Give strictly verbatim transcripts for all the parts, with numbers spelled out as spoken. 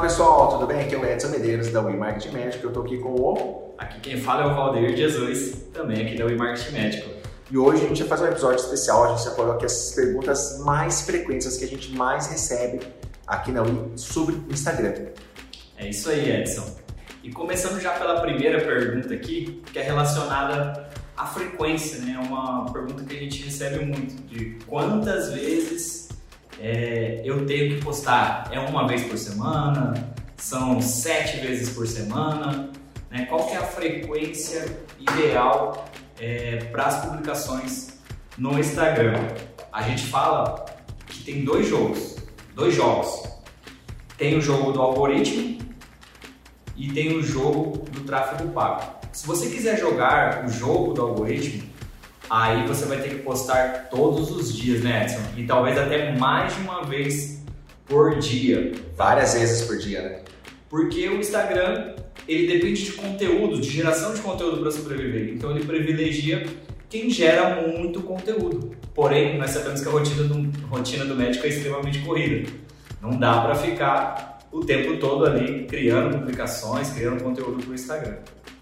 pessoal, tudo bem? Aqui é o Edson Medeiros da We Marketing Médico. Eu estou aqui com o... Aqui quem fala é o Valdeir Jesus, também aqui da We Marketing Médico. E hoje a gente vai fazer um episódio especial, a gente separou aqui as perguntas mais frequentes, as que a gente mais recebe aqui na We sobre o Instagram. É isso aí, Edson. E começando já pela primeira pergunta aqui, que é relacionada à frequência, né? É uma pergunta que a gente recebe muito, de quantas vezes é, eu tenho que postar? É uma vez por semana? São sete vezes por semana? Né? Qual que é a frequência ideal é, para as publicações no Instagram? A gente fala que tem dois jogos, dois jogos. Tem o jogo do algoritmo e tem o jogo do tráfego pago. Se você quiser jogar o jogo do algoritmo, aí você vai ter que postar todos os dias, né, Edson? E talvez até mais de uma vez por dia. Várias vezes por dia, né? Porque o Instagram, ele depende de conteúdo, de geração de conteúdo para sobreviver. Então ele privilegia quem gera muito conteúdo. Porém, nós sabemos que a rotina do, rotina do médico é extremamente corrida. Não dá para ficar o tempo todo ali criando publicações, criando conteúdo para o Instagram.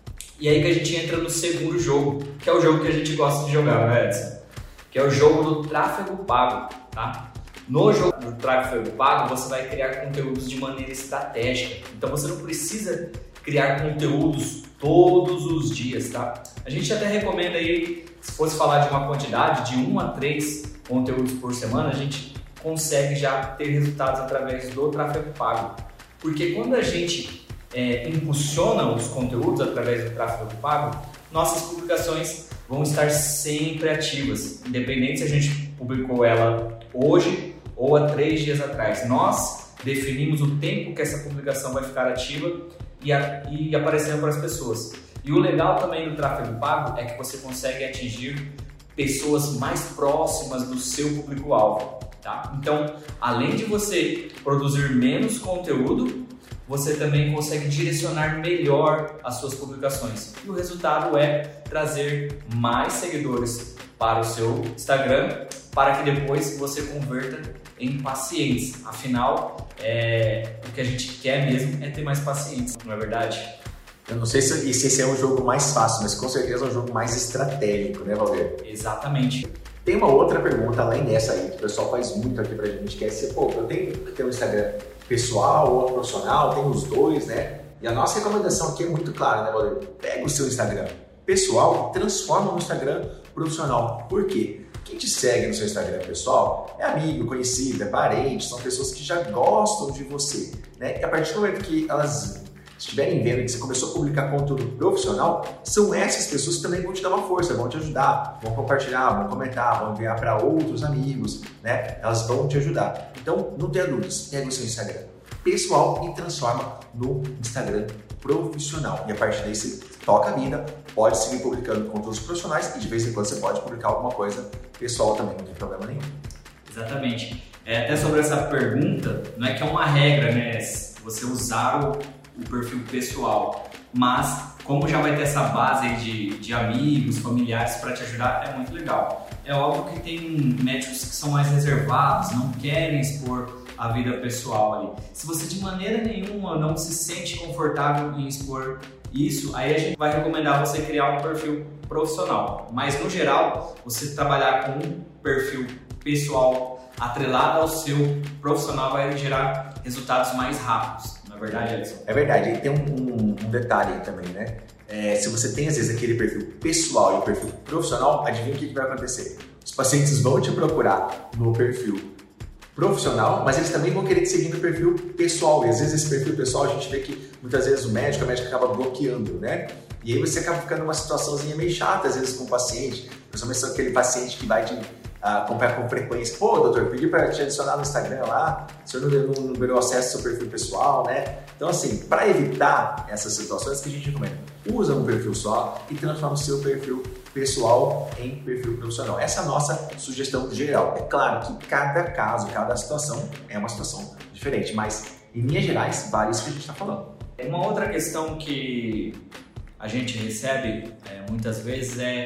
E aí que a gente entra no segundo jogo, que é o jogo que a gente gosta de jogar, né, Edson? Que é o jogo do tráfego pago, tá? No jogo do tráfego pago, você vai criar conteúdos de maneira estratégica. Então você não precisa criar conteúdos todos os dias, tá? A gente até recomenda aí, se fosse falar de uma quantidade de um a três conteúdos por semana, a gente consegue já ter resultados através do tráfego pago. Porque quando a gente é, impulsiona os conteúdos através do tráfego pago, nossas publicações vão estar sempre ativas, independente se a gente publicou ela hoje ou há três dias atrás. Nós definimos o tempo que essa publicação vai ficar ativa e, a, e aparecendo para as pessoas. E o legal também do tráfego pago é que você consegue atingir pessoas mais próximas do seu público-alvo. Tá? Então, além de você produzir menos conteúdo, você também consegue direcionar melhor as suas publicações. E o resultado é trazer mais seguidores para o seu Instagram, para que depois você converta em pacientes. Afinal, é, o que a gente quer mesmo é ter mais pacientes, não é verdade? Eu não sei se, se esse é um jogo mais fácil, mas com certeza é um jogo mais estratégico, né, Valdir? Exatamente. Tem uma outra pergunta além dessa aí, que o pessoal faz muito aqui pra gente, que é se, pô, eu tenho que ter um Instagram pessoal ou profissional, tem os dois, né? E a nossa recomendação aqui é muito clara, né, Valdir? Pega o seu Instagram pessoal e transforma no Instagram profissional. Por quê? Quem te segue no seu Instagram pessoal é amigo, conhecido, é parente, são pessoas que já gostam de você, né? E a partir do momento que elas estiverem vendo que você começou a publicar conteúdo profissional, são essas pessoas que também vão te dar uma força, vão te ajudar, vão compartilhar, vão comentar, vão enviar para outros amigos, né? Elas vão te ajudar. Então, não tenha dúvidas, pega o seu Instagram pessoal e transforma no Instagram profissional. E a partir daí você toca a vida, pode seguir publicando conteúdos profissionais e de vez em quando você pode publicar alguma coisa pessoal também, não tem problema nenhum. Exatamente. É, até sobre essa pergunta, não é que é uma regra, né? Você usar o o perfil pessoal, mas como já vai ter essa base aí de, de amigos, familiares para te ajudar, é muito legal. É óbvio que tem médicos que são mais reservados, não querem expor a vida pessoal ali. Se você de maneira nenhuma não se sente confortável em expor isso, aí a gente vai recomendar você criar um perfil profissional. Mas no geral, você trabalhar com um perfil pessoal atrelado ao seu profissional vai gerar resultados mais rápidos. Não é verdade, Edson? É verdade. E tem um, um, um detalhe aí também, né? É, se você tem, às vezes, aquele perfil pessoal e o perfil profissional, adivinha o que, que vai acontecer? Os pacientes vão te procurar no perfil profissional, mas eles também vão querer te seguir no perfil pessoal. E, às vezes, esse perfil pessoal, a gente vê que, muitas vezes, o médico, a médica acaba bloqueando, né? E aí você acaba ficando numa situaçãozinha meio chata, às vezes, com o paciente. Principalmente aquele paciente que vai te acompanhar com frequência. Pô, doutor, pedi para te adicionar no Instagram lá, o senhor não, não liberou acesso ao seu perfil pessoal, né? Então, assim, para evitar essas situações, que a gente recomenda? Usa um perfil só e transforma o seu perfil pessoal em perfil profissional. Essa é a nossa sugestão geral. É claro que cada caso, cada situação é uma situação diferente, mas, em linhas gerais, vale isso que a gente está falando. Uma outra questão que a gente recebe é, muitas vezes é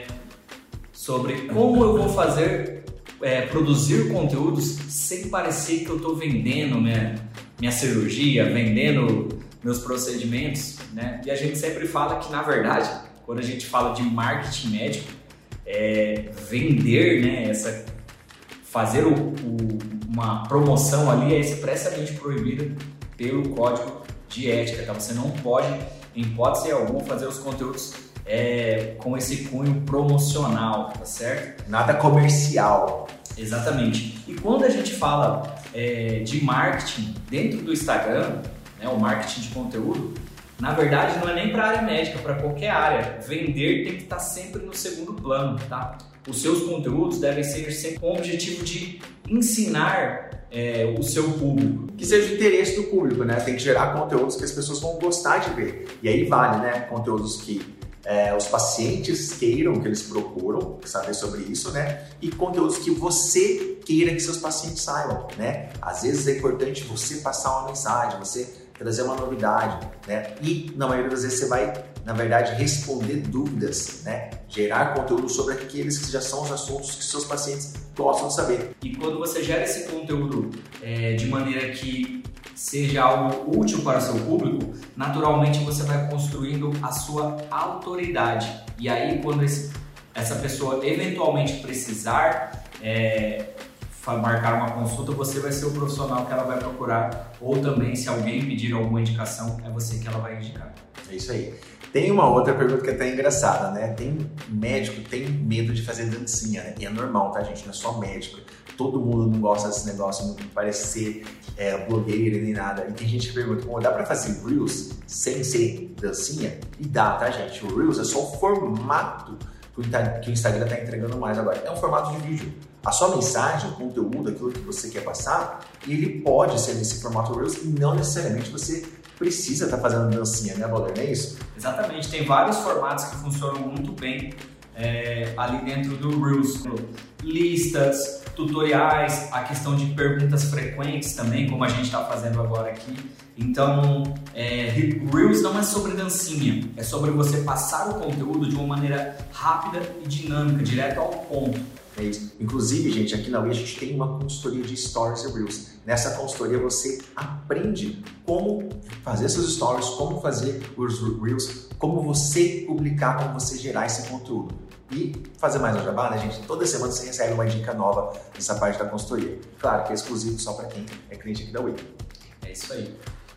sobre como eu vou fazer, é, produzir conteúdos sem parecer que eu estou vendendo, né? minha cirurgia, vendendo meus procedimentos, né? E a gente sempre fala que, na verdade, quando a gente fala de marketing médico, é vender, né, essa, fazer o, o, uma promoção ali é expressamente proibida pelo Código de Ética, tá? Você não pode, em hipótese alguma, fazer os conteúdos é, com esse cunho promocional, tá certo? Nada comercial. Exatamente. E quando a gente fala é, de marketing dentro do Instagram, né, o marketing de conteúdo, na verdade não é nem para a área médica, para qualquer área. Vender tem que estar sempre no segundo plano, tá? Os seus conteúdos devem ser sempre com o objetivo de ensinar é, o seu público. Que seja o interesse do público, né? Tem que gerar conteúdos que as pessoas vão gostar de ver. E aí vale, né? Conteúdos que É, os pacientes queiram, que eles procuram saber sobre isso, né? E conteúdos que você queira que seus pacientes saibam, né? Às vezes é importante você passar uma mensagem, você trazer uma novidade, né? E na maioria das vezes você vai, na verdade, responder dúvidas, né? Gerar conteúdo sobre aqueles que já são os assuntos que seus pacientes gostam de saber. E quando você gera esse conteúdo é, de maneira que seja algo útil para o seu público, naturalmente você vai construindo a sua autoridade. E aí, quando esse, essa pessoa eventualmente precisar é, marcar uma consulta, você vai ser o profissional que ela vai procurar. Ou também, se alguém pedir alguma indicação, é você que ela vai indicar. É isso aí. Tem uma outra pergunta que é até engraçada, né? Tem médico que tem medo de fazer dancinha, né? E é normal, tá, gente? Não é só médico. Todo mundo não gosta desse negócio de parecer é, blogueira nem nada. E tem gente que pergunta, bom, dá pra fazer Reels sem ser dancinha? E dá, tá, gente? O Reels é só o formato que o Instagram está entregando mais agora. É um formato de vídeo. A sua mensagem, o conteúdo, aquilo que você quer passar, ele pode ser nesse formato Reels e não necessariamente você precisa estar tá fazendo dancinha, né, Valdir? Não é isso? Exatamente. Tem vários formatos que funcionam muito bem é, ali dentro do Reels. Listas, tutoriais, a questão de perguntas frequentes também, como a gente está fazendo agora aqui. Então, é, Reels não é sobre dancinha, é sobre você passar o conteúdo de uma maneira rápida e dinâmica, direto ao ponto. É isso. Inclusive, gente, aqui na U E a gente tem uma consultoria de Stories e Reels. Nessa consultoria você aprende como fazer seus Stories, como fazer os Reels, como você publicar, como você gerar esse conteúdo. E fazer mais um jabá, né, gente? Toda semana você recebe uma dica nova nessa parte da consultoria. Claro que é exclusivo só para quem é cliente aqui da U E. É isso aí.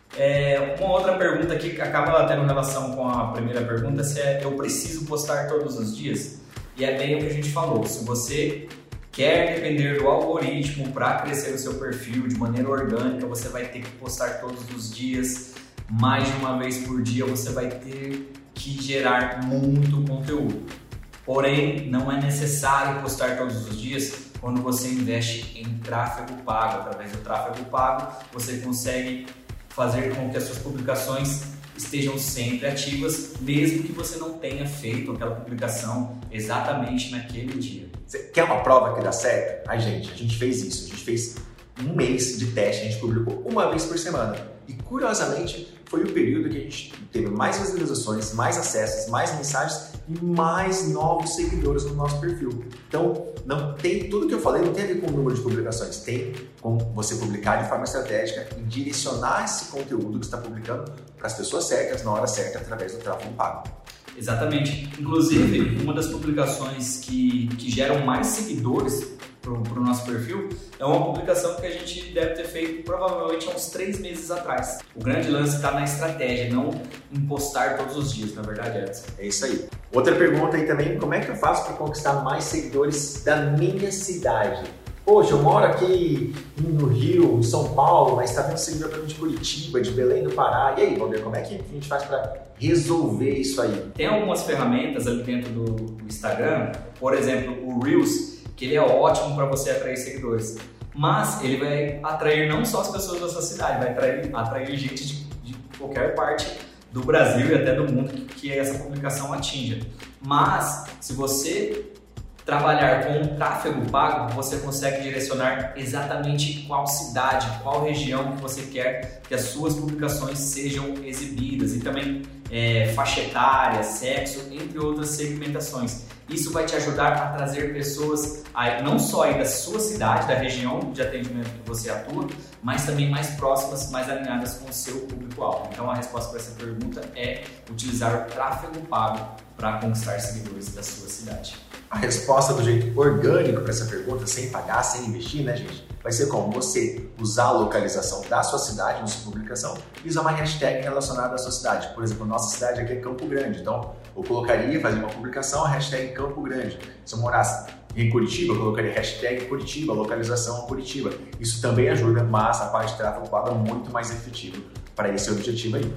É, uma outra pergunta aqui que acaba tendo relação com a primeira pergunta, se é eu preciso postar todos os dias? E é bem o que a gente falou, se você quer depender do algoritmo para crescer o seu perfil de maneira orgânica, você vai ter que postar todos os dias, mais de uma vez por dia, você vai ter que gerar muito conteúdo. Porém, não é necessário postar todos os dias quando você investe em tráfego pago. Através do tráfego pago, você consegue fazer com que as suas publicações estejam sempre ativas, mesmo que você não tenha feito aquela publicação exatamente naquele dia. Você quer uma prova que dá certo? Ai, gente, a gente fez isso. A gente fez um mês de teste, a gente publicou uma vez por semana. E, curiosamente, foi o período que a gente teve mais visualizações, mais acessos, mais mensagens e mais novos seguidores no nosso perfil. Então, não tem tudo que eu falei, não tem a ver com o número de publicações, tem com você publicar de forma estratégica e direcionar esse conteúdo que você está publicando para as pessoas certas, na hora certa, através do tráfego pago. Exatamente. Inclusive, uma das publicações que, que geram mais seguidores para o nosso perfil é uma publicação que a gente deve ter feito provavelmente há uns três meses atrás. O grande lance está na estratégia, não em postar todos os dias, na verdade, Edson. É isso aí. Outra pergunta aí também, como é que eu faço para conquistar mais seguidores da minha cidade? Poxa, eu moro aqui no Rio, em São Paulo, mas está vendo seguidor para mim de Curitiba, de Belém do Pará. E aí, Valdir, como é que a gente faz para resolver isso aí? Tem algumas ferramentas ali dentro do, do Instagram, por exemplo, o Reels, que ele é ótimo para você atrair seguidores. Mas ele vai atrair não só as pessoas da sua cidade, vai atrair, atrair gente de, de qualquer parte do Brasil e até do mundo que, que essa publicação atinja. Mas, se você trabalhar com um tráfego pago, você consegue direcionar exatamente qual cidade, qual região que você quer que as suas publicações sejam exibidas. E também é, faixa etária, sexo, entre outras segmentações. Isso vai te ajudar a trazer pessoas aí, não só aí da sua cidade, da região de atendimento que você atua, mas também mais próximas, mais alinhadas com o seu público-alvo. Então a resposta para essa pergunta é utilizar o tráfego pago para conquistar seguidores da sua cidade. A resposta do jeito orgânico para essa pergunta, sem pagar, sem investir, né, gente? Vai ser como você usar a localização da sua cidade na sua publicação e usar uma hashtag relacionada à sua cidade. Por exemplo, nossa cidade aqui é Campo Grande, então eu colocaria, fazer uma publicação, a hashtag Campo Grande. Se eu morasse em Curitiba, eu colocaria hashtag Curitiba, localização Curitiba. Isso também ajuda, mas a parte de tráfego pago é muito mais efetiva para esse objetivo aí.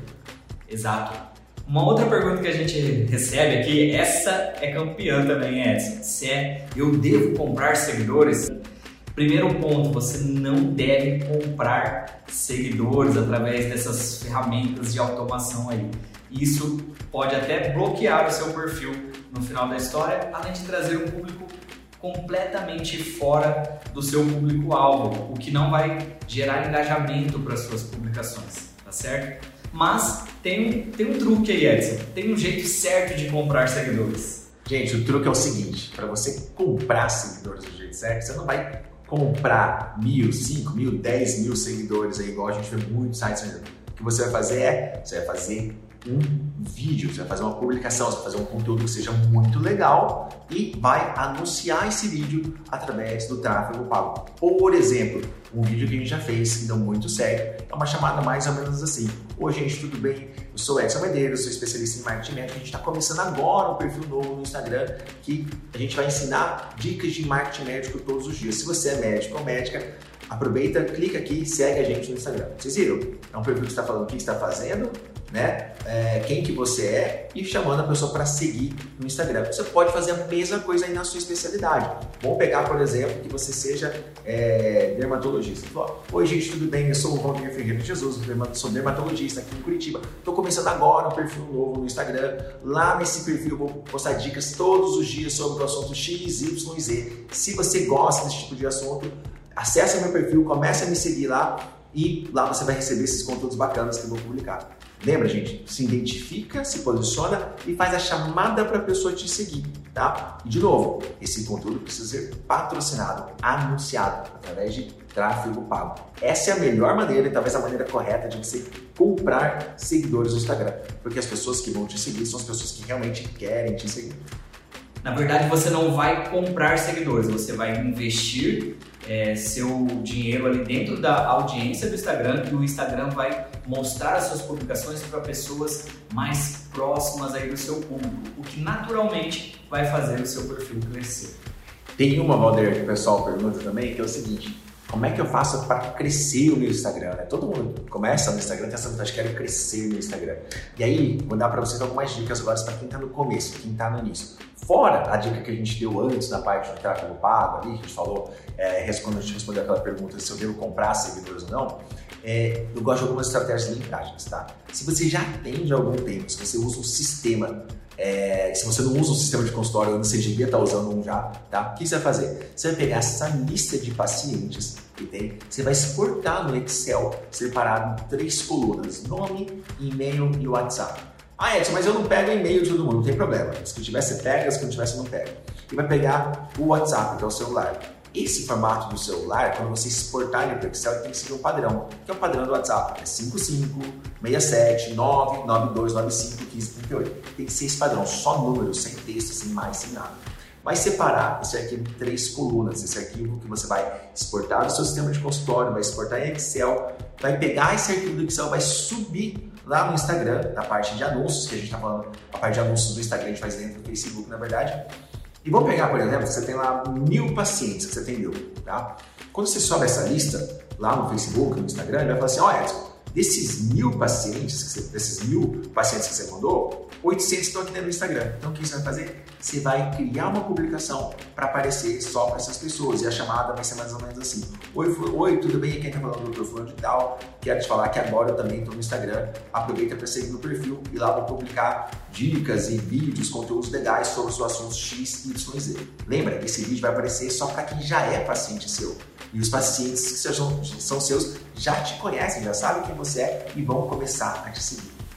Exato. Uma outra pergunta que a gente recebe aqui, essa é campeã também, Edson. Se é, eu devo comprar seguidores? Primeiro ponto, você não deve comprar seguidores através dessas ferramentas de automação aí. Isso pode até bloquear o seu perfil no final da história, além de trazer um público completamente fora do seu público-alvo, o que não vai gerar engajamento para as suas publicações, tá certo? Mas tem, tem um truque aí, Edson. Tem um jeito certo de comprar seguidores. Gente, o truque é o seguinte. Para você comprar seguidores do jeito certo, você não vai comprar mil, cinco mil, dez mil seguidores aí, igual a gente vê muitos sites fazendo. O que você vai fazer é, você vai fazer um vídeo, você vai fazer uma publicação, você vai fazer um conteúdo que seja muito legal e vai anunciar esse vídeo através do tráfego pago. Por exemplo, um vídeo que a gente já fez que deu muito certo, é uma chamada mais ou menos assim: oi gente, tudo bem? Eu sou Edson Medeiros, sou especialista em marketing médico. A gente está começando agora um perfil novo no Instagram que a gente vai ensinar dicas de marketing médico todos os dias. Se você é médico ou médica, aproveita, clica aqui e segue a gente no Instagram. Vocês viram? É um perfil que está falando o que está fazendo, né? É, quem que você é e chamando a pessoa para seguir no Instagram. Você pode fazer a mesma coisa aí na sua especialidade. Vamos pegar, por exemplo, que você seja é, dermatologista. Oi gente, tudo bem? Eu sou o Valdir Ferreira de Jesus, sou dermatologista aqui em Curitiba. Estou começando agora um perfil novo no Instagram. Lá nesse perfil eu vou postar dicas todos os dias sobre o assunto X, Y e Z. Se você gosta desse tipo de assunto, acesse meu perfil, comece a me seguir lá e lá você vai receber esses conteúdos bacanas que eu vou publicar. Lembra, gente? Se identifica, se posiciona e faz a chamada para a pessoa te seguir, tá? E de novo, esse conteúdo precisa ser patrocinado, anunciado através de tráfego pago. Essa é a melhor maneira e talvez a maneira correta de você comprar seguidores no Instagram, porque as pessoas que vão te seguir são as pessoas que realmente querem te seguir. Na verdade, você não vai comprar seguidores, você vai investir é, seu dinheiro ali dentro da audiência do Instagram e o Instagram vai mostrar as suas publicações para pessoas mais próximas aí do seu público, o que naturalmente vai fazer o seu perfil crescer. Tem uma, Valdir, que o pessoal pergunta também, que é o seguinte: como é que eu faço para crescer o meu Instagram? Né? Todo mundo começa no Instagram pensando que quero crescer no Instagram. E aí, vou dar para vocês algumas dicas agora para quem está no começo, quem está no início. Fora a dica que a gente deu antes na parte do tráfego pago ali, que a gente falou, é, quando a gente respondeu aquela pergunta se eu devo comprar seguidores ou não, é, eu gosto de algumas estratégias bem práticas, tá? Se você já atende há algum tempo, se você usa um sistema, é, se você não usa um sistema de consultório, você devia estar usando um já, tá? O que você vai fazer? Você vai pegar essa lista de pacientes que tem, você vai exportar no Excel, separado em três colunas: nome, e-mail e WhatsApp. Ah, Edson, mas eu não pego e-mail de todo mundo, não tem problema. Se que tiver, você pega, se que não tiver, você não pega. E vai pegar o WhatsApp, que é o celular. Esse formato do celular, quando você exportar ele para o Excel, ele tem que seguir um padrão, que é o padrão do WhatsApp, é cinco cinco, seis sete, nove, nove dois, nove cinco, um cinco, três oito. Tem que ser esse padrão, só números, sem texto, sem mais, sem nada. Vai separar esse arquivo em três colunas, esse arquivo que você vai exportar do seu sistema de consultório, vai exportar em Excel, vai pegar esse arquivo do Excel, vai subir lá no Instagram, na parte de anúncios, que a gente está falando, a parte de anúncios do Instagram a gente faz dentro do Facebook, na verdade. E vamos pegar, por exemplo, você tem lá mil pacientes que você atendeu, tá? Quando você sobe essa lista lá no Facebook, no Instagram, ele vai falar assim: ó, Edson, desses mil pacientes, que você, desses mil pacientes que você mandou, oitocentos estão aqui dentro do Instagram. Então o que você vai fazer? Você vai criar uma publicação para aparecer só para essas pessoas. E a chamada vai ser mais ou menos assim: Oi, Oi tudo bem? Quem está falando do doutor Fulano de Tal? Quero te falar que agora eu também estou no Instagram. Aproveita para seguir meu perfil e lá vou publicar dicas e vídeos, conteúdos legais sobre os assuntos X, Y e Z. Lembra, esse vídeo vai aparecer só para quem já é paciente seu. E os pacientes que são, são seus já te conhecem, já sabem quem você é e vão começar a te seguir.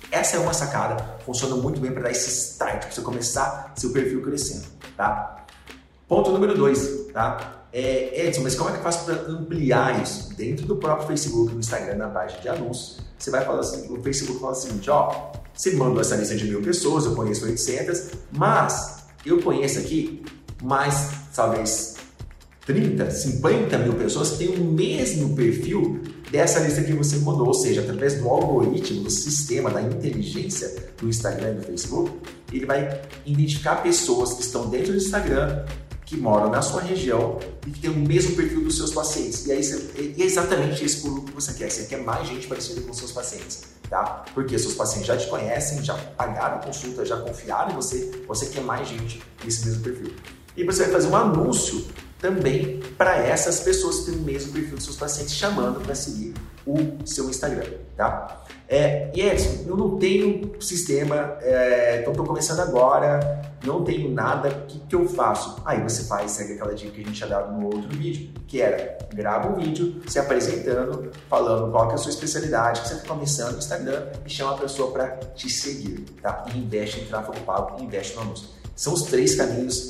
Essa é uma sacada, funciona muito bem para dar esse start, para você começar seu perfil crescendo, tá? Ponto número dois, tá? É, Edson, mas como é que eu faço para ampliar isso? Dentro do próprio Facebook, no Instagram, na página de anúncios, você vai falar assim, o Facebook fala o seguinte, ó, você mandou essa lista de mil pessoas, eu conheço oitocentas, mas eu conheço aqui mais, talvez, trinta, cinquenta mil pessoas que têm o mesmo perfil dessa lista que você mandou, ou seja, através do algoritmo, do sistema, da inteligência do Instagram e do Facebook, ele vai identificar pessoas que estão dentro do Instagram, que moram na sua região e que tem o mesmo perfil dos seus pacientes. E aí você, é exatamente esse público que você quer. Você quer mais gente parecida com os seus pacientes, tá? Porque seus pacientes já te conhecem, já pagaram consulta, já confiaram em você, você quer mais gente nesse mesmo perfil. E você vai fazer um anúncio também para essas pessoas que têm o mesmo perfil dos seus pacientes, chamando para seguir o seu Instagram, tá? É, e Edson, eu não tenho sistema, é, então estou começando agora, não tenho nada, o que, que eu faço? Aí você faz, segue aquela dica que a gente tinha dado no outro vídeo, que era, grava um vídeo se apresentando, falando qual que é a sua especialidade, que você está começando no Instagram e chama a pessoa para te seguir, tá? E investe em tráfego pago, investe no anúncio. São os três caminhos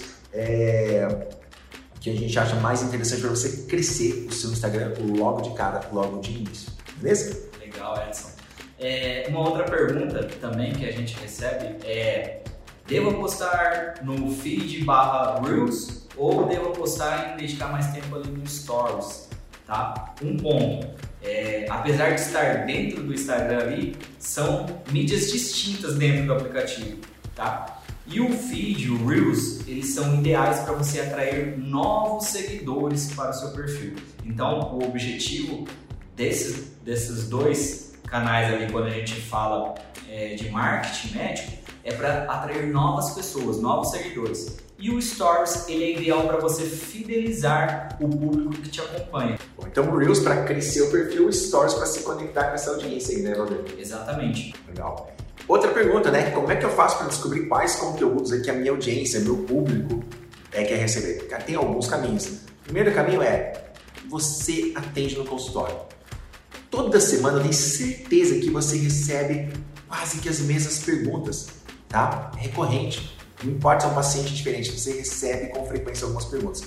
é, que a gente acha mais interessante para você crescer o seu Instagram logo de cara, logo de início, beleza? Legal, Edson. É, uma outra pergunta também que a gente recebe é: devo postar no feed barra Reels ou devo postar e dedicar mais tempo ali no Stories? Tá? Um ponto, é, apesar de estar dentro do Instagram ali, são mídias distintas dentro do aplicativo, tá? E o feed e o Reels, eles são ideais para você atrair novos seguidores para o seu perfil. Então, o objetivo desses, desses dois canais ali, quando a gente fala é, de marketing médico, é para atrair novas pessoas, novos seguidores. E o Stories, ele é ideal para você fidelizar o público que te acompanha. Então o Reels para crescer o perfil, o Stories para se conectar com essa audiência aí, né, Rodrigo? Exatamente. Legal. Outra pergunta, né? Como é que eu faço para descobrir quais conteúdos é que a minha audiência, meu público é, quer receber? Tem alguns caminhos. O primeiro caminho é você atende no consultório. Toda semana eu tenho certeza que você recebe quase que as mesmas perguntas, tá? É recorrente. Não importa se é um paciente diferente, você recebe com frequência algumas perguntas.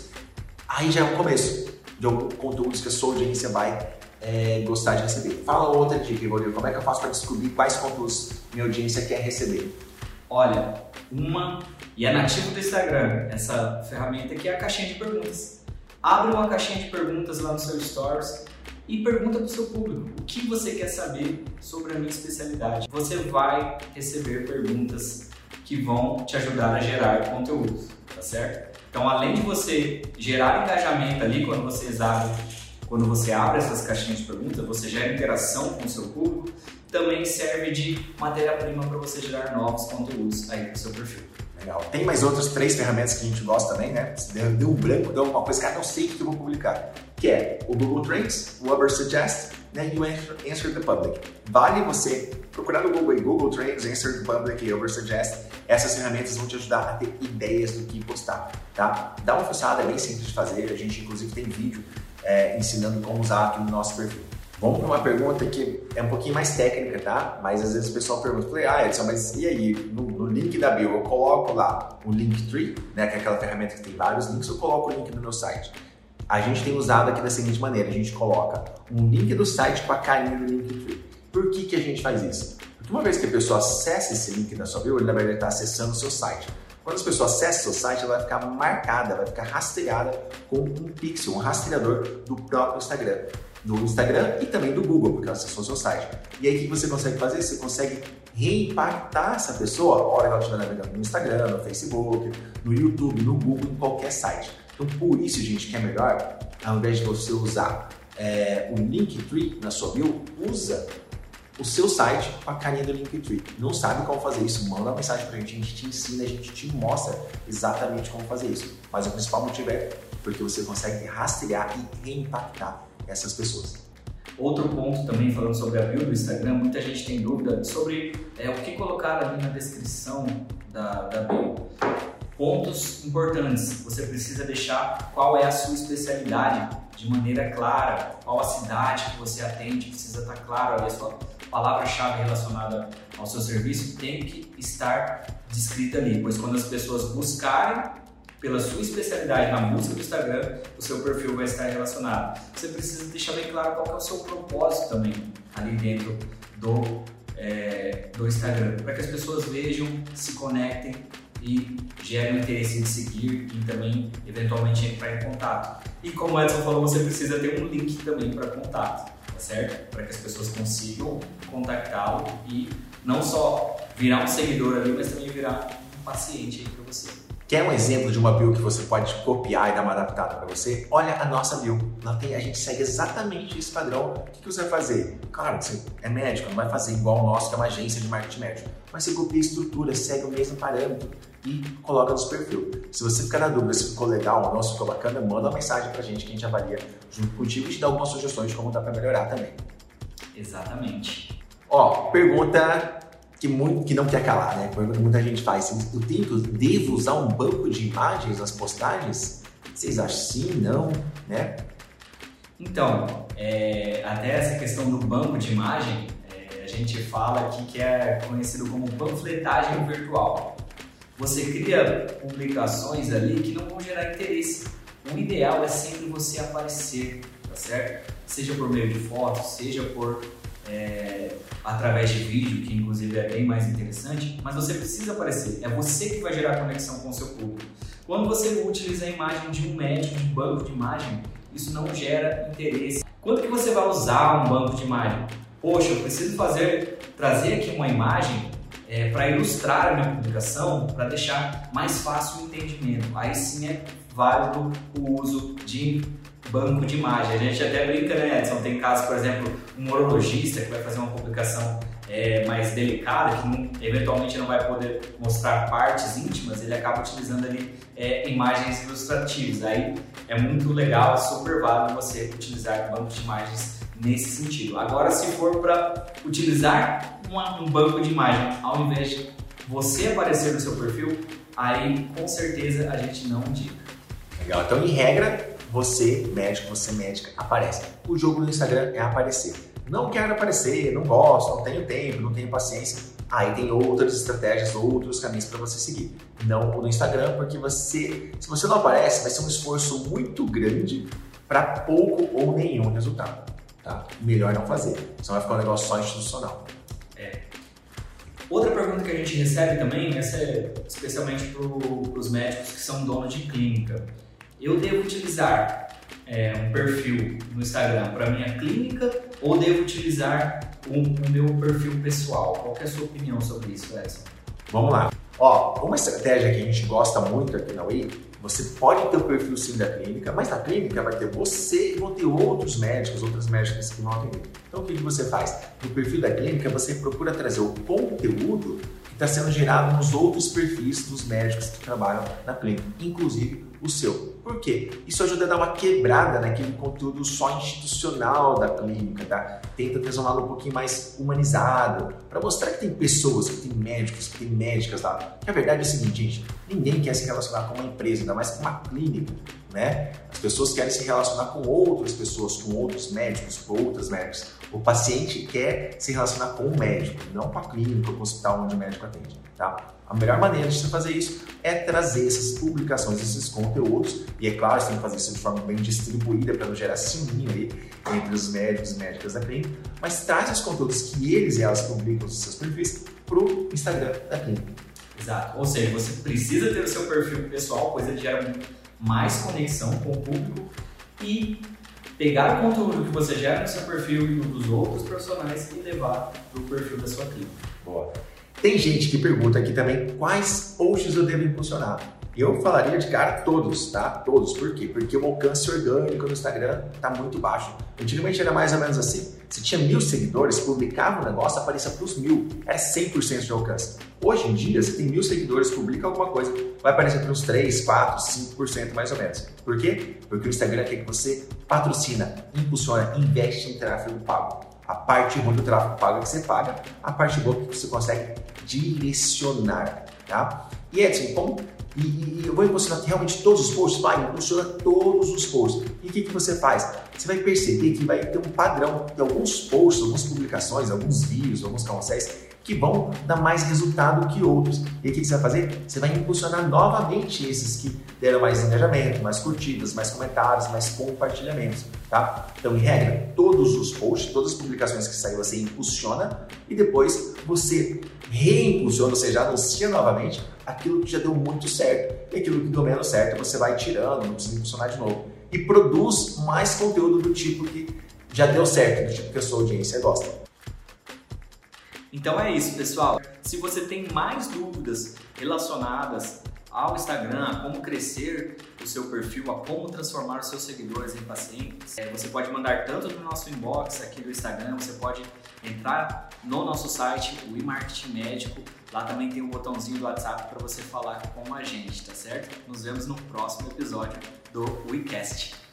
Aí já é um começo de alguns conteúdos que a sua audiência vai é, gostar de receber. Fala outra dica, Rodrigo. Como é que eu faço para descobrir quais conteúdos minha audiência quer receber? Olha, uma, e é nativo do Instagram, essa ferramenta que é a caixinha de perguntas. Abre uma caixinha de perguntas lá no seu Stories e pergunta para o seu público o que você quer saber sobre a minha especialidade. Você vai receber perguntas que vão te ajudar a gerar conteúdo, tá certo? Então, além de você gerar engajamento ali quando você abre, quando você abre essas caixinhas de perguntas, você gera interação com o seu público, também serve de matéria-prima para você gerar novos conteúdos aí para o seu perfil. Legal. Tem mais outras três ferramentas que a gente gosta também, né? Deu, deu um branco, deu alguma coisa, cara, não sei o que eu vou publicar. Que é o Google Trends, o Ubersuggest, né? E o Answer the Public. Vale você procurar no Google aí, Google Trends, Answer the Public e Ubersuggest. Essas ferramentas vão te ajudar a ter ideias do que postar, tá? Dá uma fuçada, é bem simples de fazer. A gente, inclusive, tem vídeo é, ensinando como usar aqui no nosso perfil. Vamos para uma pergunta que é um pouquinho mais técnica, tá? Mas às vezes o pessoal pergunta, falei, ah, Edson, mas e aí? No, no link da bio eu coloco lá o Linktree, né? Que é aquela ferramenta que tem vários links, eu coloco o link do meu site. A gente tem usado aqui da seguinte maneira, a gente coloca um link do site com a carinha do Linktree. Por que que a gente faz isso? Porque uma vez que a pessoa acessa esse link da sua bio, ele na verdade está acessando o seu site. Quando as pessoas acessam o seu site, ela vai ficar marcada, vai ficar rastreada com um pixel, um rastreador do próprio Instagram. Do Instagram e também do Google, porque ela acessou o seu site. E aí o que você consegue fazer? Você consegue reimpactar essa pessoa a hora que ela estiver navegando no Instagram, no Facebook, no YouTube, no Google, em qualquer site. Então por isso, gente, que é melhor, ao invés de você usar é, o Linktree na sua bio, usa o seu site com a carinha do Linktree. Não sabe como fazer isso? Manda uma mensagem pra gente, a gente te ensina, a gente te mostra exatamente como fazer isso. Mas o principal motivo é porque você consegue rastrear e reimpactar essas pessoas. Outro ponto também, falando sobre a bio do Instagram, muita gente tem dúvida sobre é, o que colocar ali na descrição da, da bio. Pontos importantes, você precisa deixar qual é a sua especialidade de maneira clara, qual a cidade que você atende, precisa estar claro ali a sua, palavra-chave relacionada ao seu serviço tem que estar descrita ali, pois quando as pessoas buscarem pela sua especialidade na busca do Instagram, o seu perfil vai estar relacionado. Você precisa deixar bem claro qual que é o seu propósito também ali dentro do, é, do Instagram, para que as pessoas vejam, se conectem e gerem o interesse de seguir e também eventualmente entrar em contato. E como o Edson falou, você precisa ter um link também para contato, tá certo? Para que as pessoas consigam contactá-lo e não só virar um seguidor ali, mas também virar um paciente aí para você. Quer um exemplo de uma bio que você pode copiar e dar uma adaptada para você? Olha a nossa bio. Lá tem, a gente segue exatamente esse padrão. O que, que você vai fazer? Claro que você é médico, não vai fazer igual o nosso, que é uma agência de marketing médico. Mas você copia a estrutura, segue o mesmo parâmetro e coloca no seu perfil. Se você ficar na dúvida se ficou legal ou não, se ficou bacana, manda uma mensagem pra gente que a gente avalia junto contigo e te dá algumas sugestões de como dá para melhorar também. Exatamente. Ó, pergunta... Que, muito, que não quer calar, né? Pergunta que muita gente faz. Eu tenho, devo usar um banco de imagens nas postagens? Vocês acham sim, não, né? Então, é, até essa questão do banco de imagem, é, a gente fala aqui que é conhecido como panfletagem virtual. Você cria publicações ali que não vão gerar interesse. O ideal é sempre você aparecer, tá certo? Seja por meio de fotos, seja por... É, através de vídeo, que inclusive é bem mais interessante, mas você precisa aparecer, é você que vai gerar conexão com o seu público. Quando você utiliza a imagem de um médico, de um banco de imagem, isso não gera interesse. Quando que você vai usar um banco de imagem? Poxa, eu preciso fazer, trazer aqui uma imagem é, para ilustrar a minha publicação, para deixar mais fácil o entendimento. Aí sim é válido o uso de banco de imagem. A gente até brinca, né, Edson? Tem casos, por exemplo, um urologista que vai fazer uma publicação é, mais delicada, que não, eventualmente não vai poder mostrar partes íntimas, ele acaba utilizando ali é, imagens ilustrativas. Aí é muito legal, é super válido você utilizar banco de imagens nesse sentido. Agora, se for para utilizar uma, um banco de imagem ao invés de você aparecer no seu perfil, aí com certeza a gente não indica. Legal, então em regra, você, médico, você médica, aparece. O jogo do Instagram é aparecer. Não quero aparecer, não gosto, não tenho tempo, não tenho paciência. Aí tem outras estratégias, outros caminhos para você seguir. Não no Instagram, porque você, se você não aparece, vai ser um esforço muito grande para pouco ou nenhum resultado. Tá? Melhor não fazer, senão vai ficar um negócio só institucional. É. Outra pergunta que a gente recebe também, essa é especialmente para os médicos que são donos de clínica. Eu devo utilizar é, um perfil no Instagram para minha clínica ou devo utilizar o, o meu perfil pessoal? Qual que é a sua opinião sobre isso, Edson? Vamos lá. Ó, uma estratégia que a gente gosta muito aqui na U I, você pode ter o perfil sim da clínica, mas na clínica vai ter você e vão ter outros médicos, outras médicas que vão atender. Então o que, que você faz? No perfil da clínica você procura trazer o conteúdo que está sendo gerado nos outros perfis dos médicos que trabalham na clínica, inclusive o seu. Por quê? Isso ajuda a dar uma quebrada naquele conteúdo só institucional da clínica, tá? Tenta trazer um lado um pouquinho mais humanizado, para mostrar que tem pessoas, que tem médicos, que tem médicas lá. Que a verdade é o seguinte, gente, ninguém quer se relacionar com uma empresa, ainda mais com uma clínica, né? As pessoas querem se relacionar com outras pessoas, com outros médicos, com outras médicas. O paciente quer se relacionar com o médico, não com a clínica ou com o hospital onde o médico atende, tá? A melhor maneira de você fazer isso é trazer essas publicações, esses conteúdos, e é claro, você tem que fazer isso de forma bem distribuída para não gerar ciúme aí entre os médicos e médicas da clínica, mas traz os conteúdos que eles e elas publicam nos seus perfis para o Instagram da clínica. Exato, ou seja, você precisa ter o seu perfil pessoal, pois ele gera mais conexão com o público e pegar o conteúdo que você gera no seu perfil e dos outros profissionais e levar para o perfil da sua clínica. Boa. Tem gente que pergunta aqui também quais posts eu devo impulsionar. Eu falaria de cara todos, tá? Todos. Por quê? Porque o alcance orgânico no Instagram tá muito baixo. Antigamente era mais ou menos assim. Se tinha mil seguidores, publicava um negócio, aparecia para os mil. Era cem por cento de alcance. Hoje em dia, se tem mil seguidores, publica alguma coisa, vai aparecer para uns três, quatro, cinco por cento mais ou menos. Por quê? Porque o Instagram quer que você patrocina, impulsiona, investe em tráfego pago. A parte ruim do tráfego pago é que você paga, a parte boa é que você consegue direcionar, tá? E Edson, como E, e, e eu vou impulsionar realmente todos os posts? Vai, impulsiona todos os posts. E o que, que você faz? Você vai perceber que vai ter um padrão de alguns posts, algumas publicações, alguns vídeos, alguns carrosséis que vão dar mais resultado que outros. E o que, que você vai fazer? Você vai impulsionar novamente esses que deram mais engajamento, mais curtidas, mais comentários, mais compartilhamentos, tá? Então, em regra, todos os posts, todas as publicações que saem, você impulsiona e depois você reimpulsiona, ou seja, anuncia novamente aquilo que já deu muito certo. E aquilo que deu menos certo, você vai tirando, não precisa impulsionar de novo. E produz mais conteúdo do tipo que já deu certo, do tipo que a sua audiência gosta. Então é isso, pessoal. Se você tem mais dúvidas relacionadas ao Instagram, a como crescer o seu perfil, a como transformar os seus seguidores em pacientes, você pode mandar tanto no nosso inbox aqui do Instagram, você pode entrar no nosso site, o eMarketing Médico. Lá também tem um botãozinho do WhatsApp para você falar com a gente, tá certo? Nos vemos no próximo episódio do WeCast.